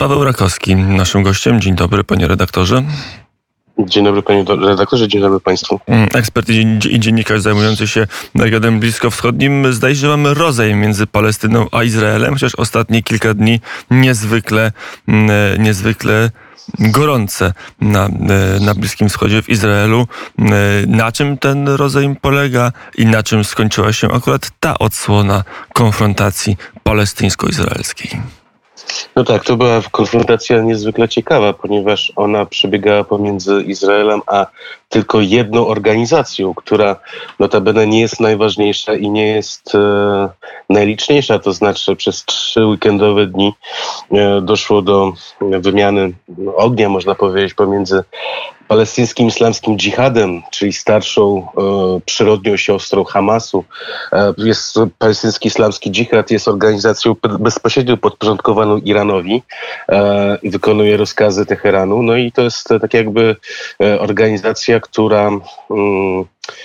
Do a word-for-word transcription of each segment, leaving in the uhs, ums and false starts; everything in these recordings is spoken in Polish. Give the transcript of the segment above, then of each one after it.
Paweł Rakowski, naszym gościem. Dzień dobry, panie redaktorze. Dzień dobry, panie redaktorze, dzień dobry państwu. Ekspert i dziennikarz zajmujący się regionem bliskowschodnim. Zdaje się, że mamy rozejm między Palestyną a Izraelem, chociaż ostatnie kilka dni niezwykle, niezwykle gorące na, na Bliskim Wschodzie, w Izraelu. Na czym ten rozejm polega i na czym skończyła się akurat ta odsłona konfrontacji palestyńsko-izraelskiej? No tak, to była konfrontacja niezwykle ciekawa, ponieważ ona przebiegała pomiędzy Izraelem a tylko jedną organizacją, która notabene nie jest najważniejsza i nie jest e, najliczniejsza. To znaczy przez trzy weekendowe dni e, doszło do wymiany ognia, można powiedzieć, pomiędzy palestyńskim islamskim dżihadem, czyli starszą e, przyrodnią siostrą Hamasu. E, jest palestyński islamski dżihad, jest organizacją bezpośrednio podporządkowaną Iranowi e, i wykonuje rozkazy Teheranu. No i to jest e, tak jakby e, organizacja, która mm,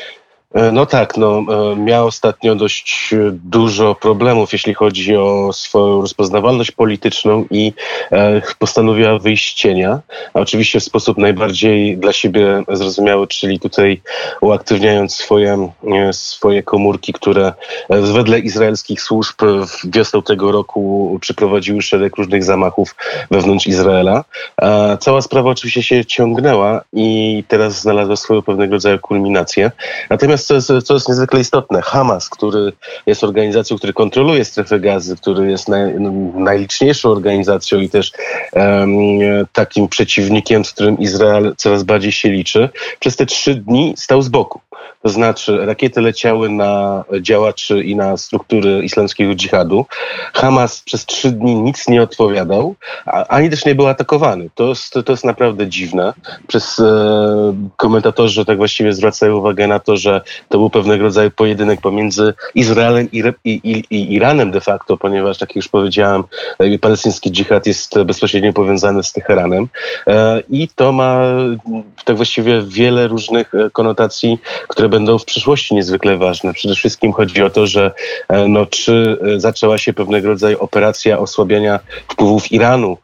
no tak, no, miała ostatnio dość dużo problemów, jeśli chodzi o swoją rozpoznawalność polityczną i postanowiła wyjść z cienia. A oczywiście w sposób najbardziej dla siebie zrozumiały, czyli tutaj uaktywniając swoje, swoje komórki, które wedle izraelskich służb wiosną tego roku przeprowadziły szereg różnych zamachów wewnątrz Izraela. A cała sprawa oczywiście się ciągnęła i teraz znalazła swoją pewnego rodzaju kulminację. Natomiast co jest, co jest niezwykle istotne, Hamas, który jest organizacją, który kontroluje strefę Gazy, który jest naj, najliczniejszą organizacją i też um, takim przeciwnikiem, z którym Izrael coraz bardziej się liczy, przez te trzy dni stał z boku. To znaczy rakiety leciały na działaczy i na struktury islamskiego dżihadu. Hamas przez trzy dni nic nie odpowiadał, a, ani też nie był atakowany. To jest, to jest naprawdę dziwne. Przez e, komentatorzy tak właściwie zwracają uwagę na to, że to był pewnego rodzaju pojedynek pomiędzy Izraelem i, i, i, i Iranem de facto, ponieważ, tak jak już powiedziałem, palestyński dżihad jest bezpośrednio powiązany z Teheranem e, i to ma tak właściwie wiele różnych konotacji, które będą w przyszłości niezwykle ważne. Przede wszystkim chodzi o to, że no, czy zaczęła się pewnego rodzaju operacja osłabiania wpływów Iranu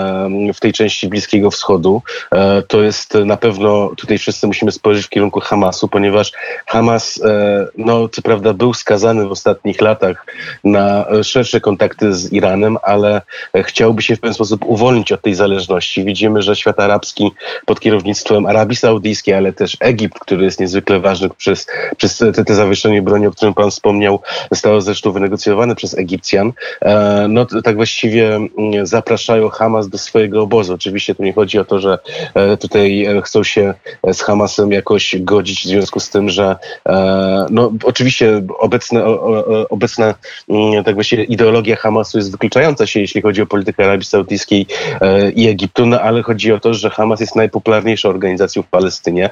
w tej części Bliskiego Wschodu. To jest na pewno, tutaj wszyscy musimy spojrzeć w kierunku Hamasu, ponieważ Hamas, no co prawda był skazany w ostatnich latach na szersze kontakty z Iranem, ale chciałby się w pewien sposób uwolnić od tej zależności. Widzimy, że świat arabski pod kierownictwem Arabii Saudyjskiej, ale też Egipt, który jest niezwykle ważny przez, przez te, te zawieszenie broni, o którym pan wspomniał, zostało zresztą wynegocjowane przez Egipcjan. No tak właściwie zapraszają Hamas Hamas do swojego obozu. Oczywiście tu nie chodzi o to, że tutaj chcą się z Hamasem jakoś godzić w związku z tym, że no oczywiście obecna, obecna tak właściwie ideologia Hamasu jest wykluczająca się, jeśli chodzi o politykę Arabii Saudyjskiej i Egiptu, no ale chodzi o to, że Hamas jest najpopularniejszą organizacją w Palestynie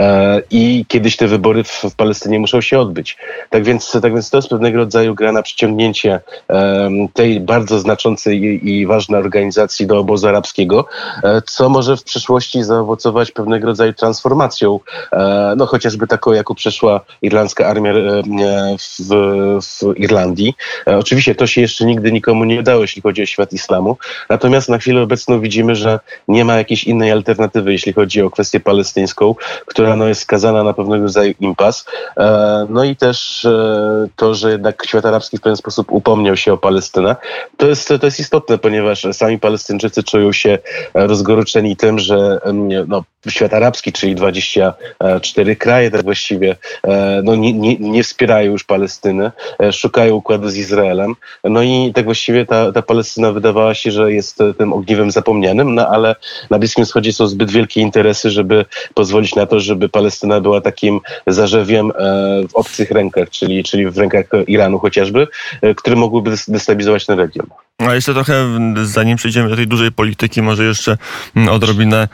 i kiedyś te wybory w, w Palestynie muszą się odbyć. Tak więc, tak więc to jest pewnego rodzaju gra na przyciągnięcie tej bardzo znaczącej i, i ważnej organizacji do obozu arabskiego, co może w przyszłości zaowocować pewnego rodzaju transformacją, no chociażby taką, jaką przeszła irlandzka armia w, w Irlandii. Oczywiście to się jeszcze nigdy nikomu nie udało, jeśli chodzi o świat islamu, natomiast na chwilę obecną widzimy, że nie ma jakiejś innej alternatywy, jeśli chodzi o kwestię palestyńską, która no, jest skazana na pewnego rodzaju impas. No i też to, że jednak świat arabski w pewien sposób upomniał się o Palestynę, to jest, to jest istotne, ponieważ sami Palestyńczycy czują się rozgoryczeni tym, że no, świat arabski, czyli dwadzieścia cztery kraje tak właściwie, no, nie, nie, nie wspierają już Palestyny, szukają układu z Izraelem. No i tak właściwie ta, ta Palestyna wydawała się, że jest tym ogniwem zapomnianym, no ale na Bliskim Wschodzie są zbyt wielkie interesy, żeby pozwolić na to, żeby Palestyna była takim zarzewiem w obcych rękach, czyli, czyli w rękach Iranu chociażby, które mogłyby destabilizować ten region. A jeszcze trochę, zanim przejdziemy do tej dużej polityki, może jeszcze odrobinę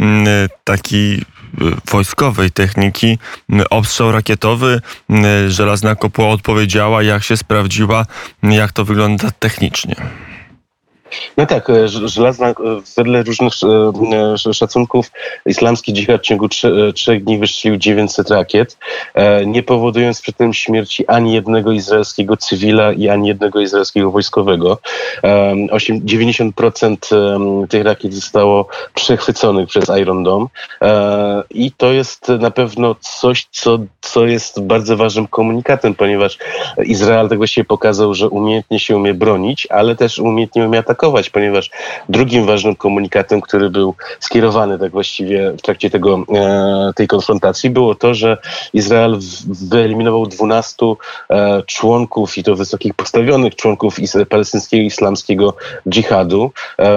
takiej wojskowej techniki. Obstrzał rakietowy, żelazna kopuła odpowiedziała, jak się sprawdziła, jak to wygląda technicznie. No tak, żelazna, wedle różnych szacunków islamski dżihad w ciągu trzech dni wystrzelił dziewięćset rakiet, nie powodując przy tym śmierci ani jednego izraelskiego cywila i ani jednego izraelskiego wojskowego. dziewięćdziesiąt procent tych rakiet zostało przechwyconych przez Iron Dome i to jest na pewno coś, co, co jest bardzo ważnym komunikatem, ponieważ Izrael tak właściwie pokazał, że umiejętnie się umie bronić, ale też umiejętnie umie atakować, ponieważ drugim ważnym komunikatem, który był skierowany tak właściwie w trakcie tego, tej konfrontacji, było to, że Izrael wyeliminował dwunastu członków, i to wysokich postawionych członków palestyńskiego islamskiego dżihadu.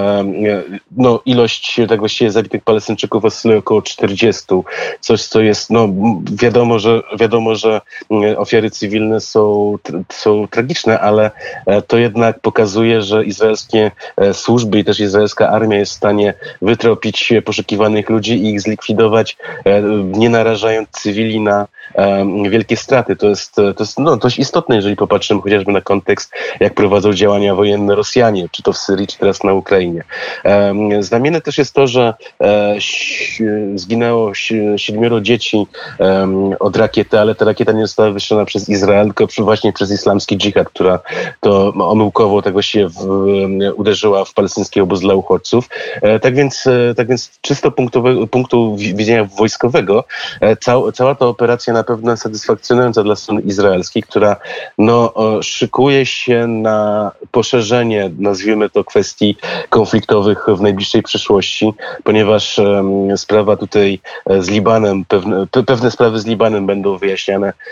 No, ilość tak właściwie zabitych Palestyńczyków oscyluje około czterdziestu. Coś, co jest, no wiadomo, że wiadomo, że ofiary cywilne są, są tragiczne, ale to jednak pokazuje, że izraelskie służby i też izraelska armia jest w stanie wytropić poszukiwanych ludzi i ich zlikwidować, nie narażając cywili na wielkie straty. To jest, to jest no, dość istotne, jeżeli popatrzymy chociażby na kontekst, jak prowadzą działania wojenne Rosjanie, czy to w Syrii, czy teraz na Ukrainie. Znamienne też jest to, że zginęło siedmioro dzieci od rakiety, ale ta rakieta nie została wystrzelona przez Izrael, tylko właśnie przez islamski dżihad, która to omyłkowo tak właściwie w, uderzyła w palestyński obóz dla uchodźców. Tak więc, tak więc czysto punktowe, punktu widzenia wojskowego cał, cała ta operacja na pewno jest satysfakcjonująca dla strony izraelskiej, która no, szykuje się na poszerzenie, nazwijmy to, kwestii konfliktowych w najbliższej przyszłości, ponieważ um, sprawa tutaj z Libanem, pewne, pewne sprawy z Libanem będą wyjaśniane e,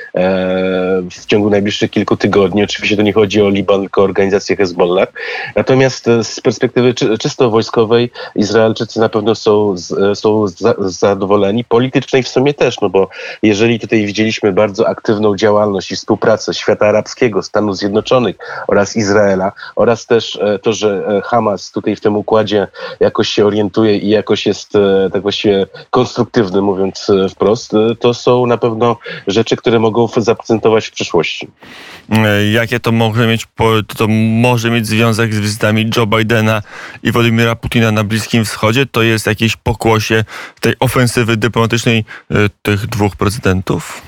w ciągu najbliższych kilku tygodni. Oczywiście to nie chodzi o Liban, tylko o organizację Hezbollah. Natomiast z perspektywy czy, czysto wojskowej Izraelczycy na pewno są, z, są za, zadowoleni, politycznej w sumie też, no bo jeżeli tutaj widzieliśmy bardzo aktywną działalność i współpracę świata arabskiego, Stanów Zjednoczonych oraz Izraela, oraz też to, że Hamas tutaj w tym układzie jakoś się orientuje i jakoś jest tak właściwie konstruktywny, mówiąc wprost, to są na pewno rzeczy, które mogą zaprezentować w przyszłości. Jakie to może mieć, to może mieć związek z wizytami Joe Bidena i Władimira Putina na Bliskim Wschodzie? To jest jakieś pokłosie tej ofensywy dyplomatycznej tych dwóch prezydentów?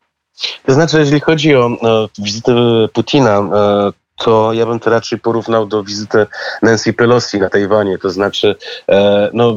To znaczy, jeżeli chodzi o, o wizytę Putina, to ja bym to raczej porównał do wizyty Nancy Pelosi na Tajwanie. To znaczy, no,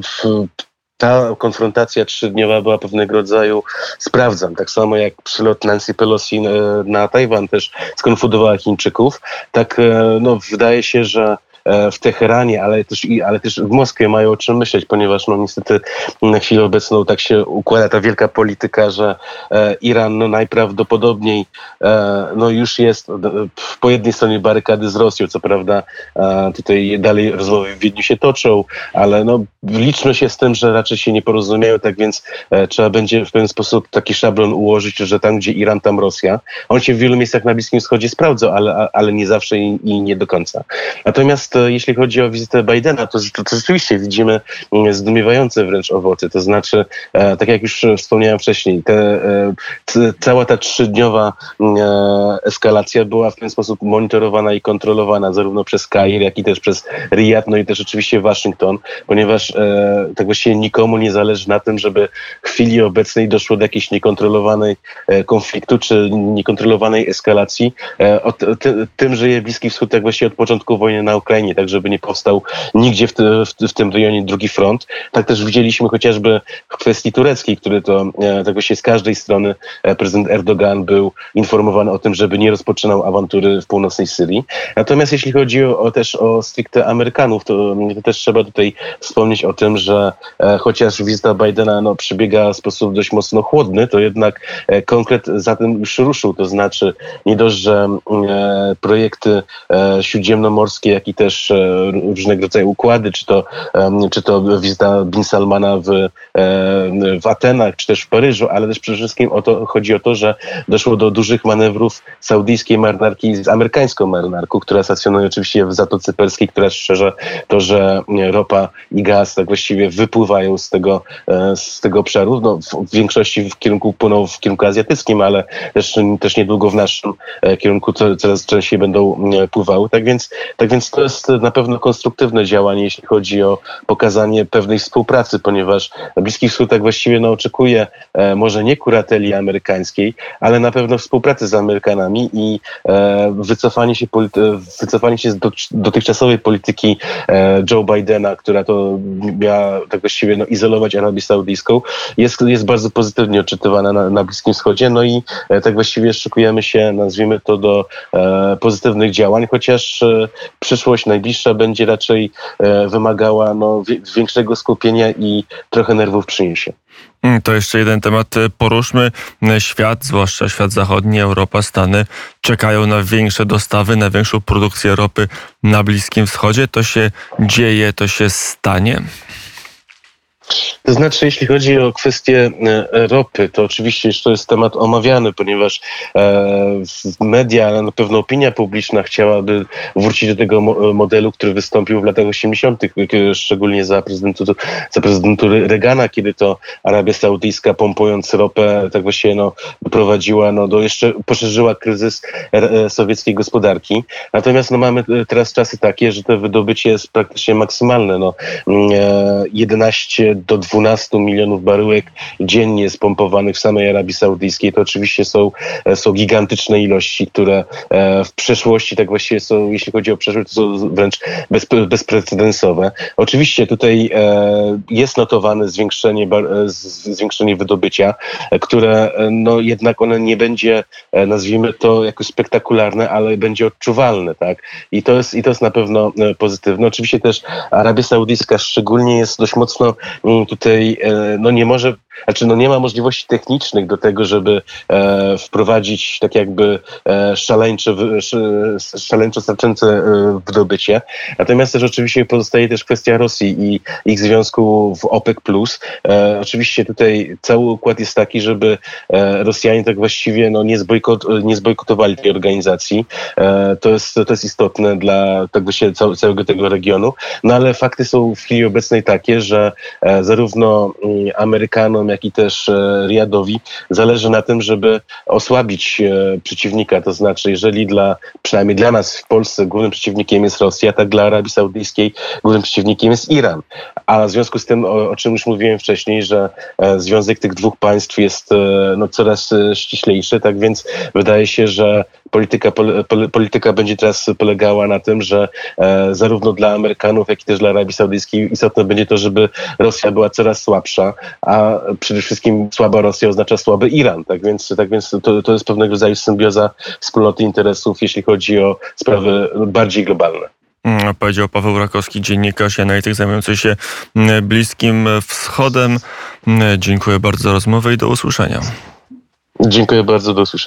ta konfrontacja trzydniowa była pewnego rodzaju sprawdzam. Tak samo jak przylot Nancy Pelosi na Tajwan też skonfundowała Chińczyków. Tak, no, wydaje się, że w Teheranie, ale też, i, ale też w Moskwie mają o czym myśleć, ponieważ no niestety na chwilę obecną tak się układa ta wielka polityka, że e, Iran no, najprawdopodobniej e, no, już jest e, po jednej stronie barykady z Rosją, co prawda e, tutaj dalej rozmowy w Wiedniu się toczą, ale no, liczmy się z tym, że raczej się nie porozumieją, tak więc e, trzeba będzie w pewien sposób taki szablon ułożyć, że tam gdzie Iran, tam Rosja. On się w wielu miejscach na Bliskim Wschodzie sprawdza, ale, ale nie zawsze i, i nie do końca. Natomiast jeśli chodzi o wizytę Bidena, to, to, to rzeczywiście widzimy zdumiewające wręcz owoce. To znaczy, e, tak jak już wspomniałem wcześniej, te, e, c, cała ta trzydniowa e, eskalacja była w ten sposób monitorowana i kontrolowana zarówno przez Kair, jak i też przez Riyad, no i też oczywiście Waszyngton, ponieważ e, tak właściwie nikomu nie zależy na tym, żeby w chwili obecnej doszło do jakiejś niekontrolowanej e, konfliktu czy niekontrolowanej eskalacji. E, o, ty, tym żyje Bliski Wschód tak właściwie od początku wojny na Ukrainie, tak żeby nie powstał nigdzie w, te, w, w tym rejonie drugi front. Tak też widzieliśmy chociażby w kwestii tureckiej, który to e, tak właściwie z każdej strony e, prezydent Erdogan był informowany o tym, żeby nie rozpoczynał awantury w północnej Syrii. Natomiast jeśli chodzi o, o też o stricte Amerykanów, to, to też trzeba tutaj wspomnieć o tym, że e, chociaż wizyta Bidena no, przebiega w sposób dość mocno chłodny, to jednak e, konkret za tym już ruszył. To znaczy nie dość, że e, projekty e, śródziemnomorskie, jak i też różnego rodzaju układy, czy to, czy to wizyta Bin Salmana w, w Atenach, czy też w Paryżu, ale też przede wszystkim o to, chodzi o to, że doszło do dużych manewrów saudyjskiej marynarki z amerykańską marynarką, która stacjonuje oczywiście w Zatoce Perskiej, która szczerze to, że ropa i gaz tak właściwie wypływają z tego, z tego obszaru. No, w większości w kierunku płyną w kierunku azjatyckim, ale też, też niedługo w naszym kierunku coraz częściej będą pływały. Tak więc, tak więc to jest jest na pewno konstruktywne działanie, jeśli chodzi o pokazanie pewnej współpracy, ponieważ Bliski Wschód tak właściwie no, oczekuje e, może nie kurateli amerykańskiej, ale na pewno współpracy z Amerykanami i e, wycofanie się, polity- wycofanie się z do, dotychczasowej polityki e, Joe Bidena, która to miała tak właściwie no, izolować Arabię Saudyjską, jest, jest bardzo pozytywnie odczytywana na, na Bliskim Wschodzie. No i e, tak właściwie szykujemy się, nazwijmy to, do e, pozytywnych działań, chociaż e, przyszłość najbliższa będzie raczej e, wymagała no, wie, większego skupienia i trochę nerwów przyniesie. To jeszcze jeden temat poruszmy. Świat, zwłaszcza świat zachodni, Europa, Stany czekają na większe dostawy, na większą produkcję ropy na Bliskim Wschodzie. To się dzieje, to się stanie? To znaczy, jeśli chodzi o kwestię ropy, to oczywiście już to jest temat omawiany, ponieważ e, media, ale na pewno opinia publiczna chciałaby wrócić do tego mo- modelu, który wystąpił w latach osiemdziesiątych, szczególnie za prezydentu, za prezydentury Reagana, kiedy to Arabia Saudyjska, pompując ropę, tak właściwie no, doprowadziła no, do jeszcze, poszerzyła kryzys e, sowieckiej gospodarki. Natomiast no, mamy teraz czasy takie, że to wydobycie jest praktycznie maksymalne. No, e, jedenaście do dwunastu milionów baryłek dziennie spompowanych w samej Arabii Saudyjskiej. To oczywiście są, są gigantyczne ilości, które w przeszłości tak właściwie są, jeśli chodzi o przeszłość, to są wręcz bez, bezprecedensowe. Oczywiście tutaj jest notowane zwiększenie, zwiększenie wydobycia, które no jednak one nie będzie, nazwijmy to jakoś spektakularne, ale będzie odczuwalne, tak? I to jest, i to jest na pewno pozytywne. Oczywiście też Arabia Saudyjska szczególnie jest dość mocno tutaj no nie może, znaczy no nie ma możliwości technicznych do tego, żeby e, wprowadzić tak jakby e, szaleńcze, szaleńczo starczące e, wydobycie. Natomiast też oczywiście pozostaje też kwestia Rosji i ich związku w OPEC plus. E, oczywiście tutaj cały układ jest taki, żeby e, Rosjanie tak właściwie no nie, zbojkot, nie zbojkotowali tej organizacji. E, to jest, to jest istotne dla tak właściwie cał, całego tego regionu. No ale fakty są w chwili obecnej takie, że e, zarówno Amerykanom, jak i też Riyadowi zależy na tym, żeby osłabić przeciwnika. To znaczy, jeżeli dla, przynajmniej dla nas w Polsce głównym przeciwnikiem jest Rosja, tak dla Arabii Saudyjskiej głównym przeciwnikiem jest Iran. A w związku z tym, o, o czym już mówiłem wcześniej, że e, związek tych dwóch państw jest e, no, coraz e, ściślejszy, tak więc wydaje się, że polityka, pol, pol, polityka będzie teraz polegała na tym, że e, zarówno dla Amerykanów, jak i też dla Arabii Saudyjskiej istotne będzie to, żeby Rosja była coraz słabsza, a przede wszystkim słaba Rosja oznacza słaby Iran. Tak więc, tak więc to, to jest pewnego rodzaju symbioza wspólnoty interesów, jeśli chodzi o sprawy bardziej globalne. Powiedział Paweł Rakowski, dziennikarz i analityk zajmujący się Bliskim Wschodem. Dziękuję bardzo za rozmowę i do usłyszenia. Dziękuję bardzo, do usłyszenia.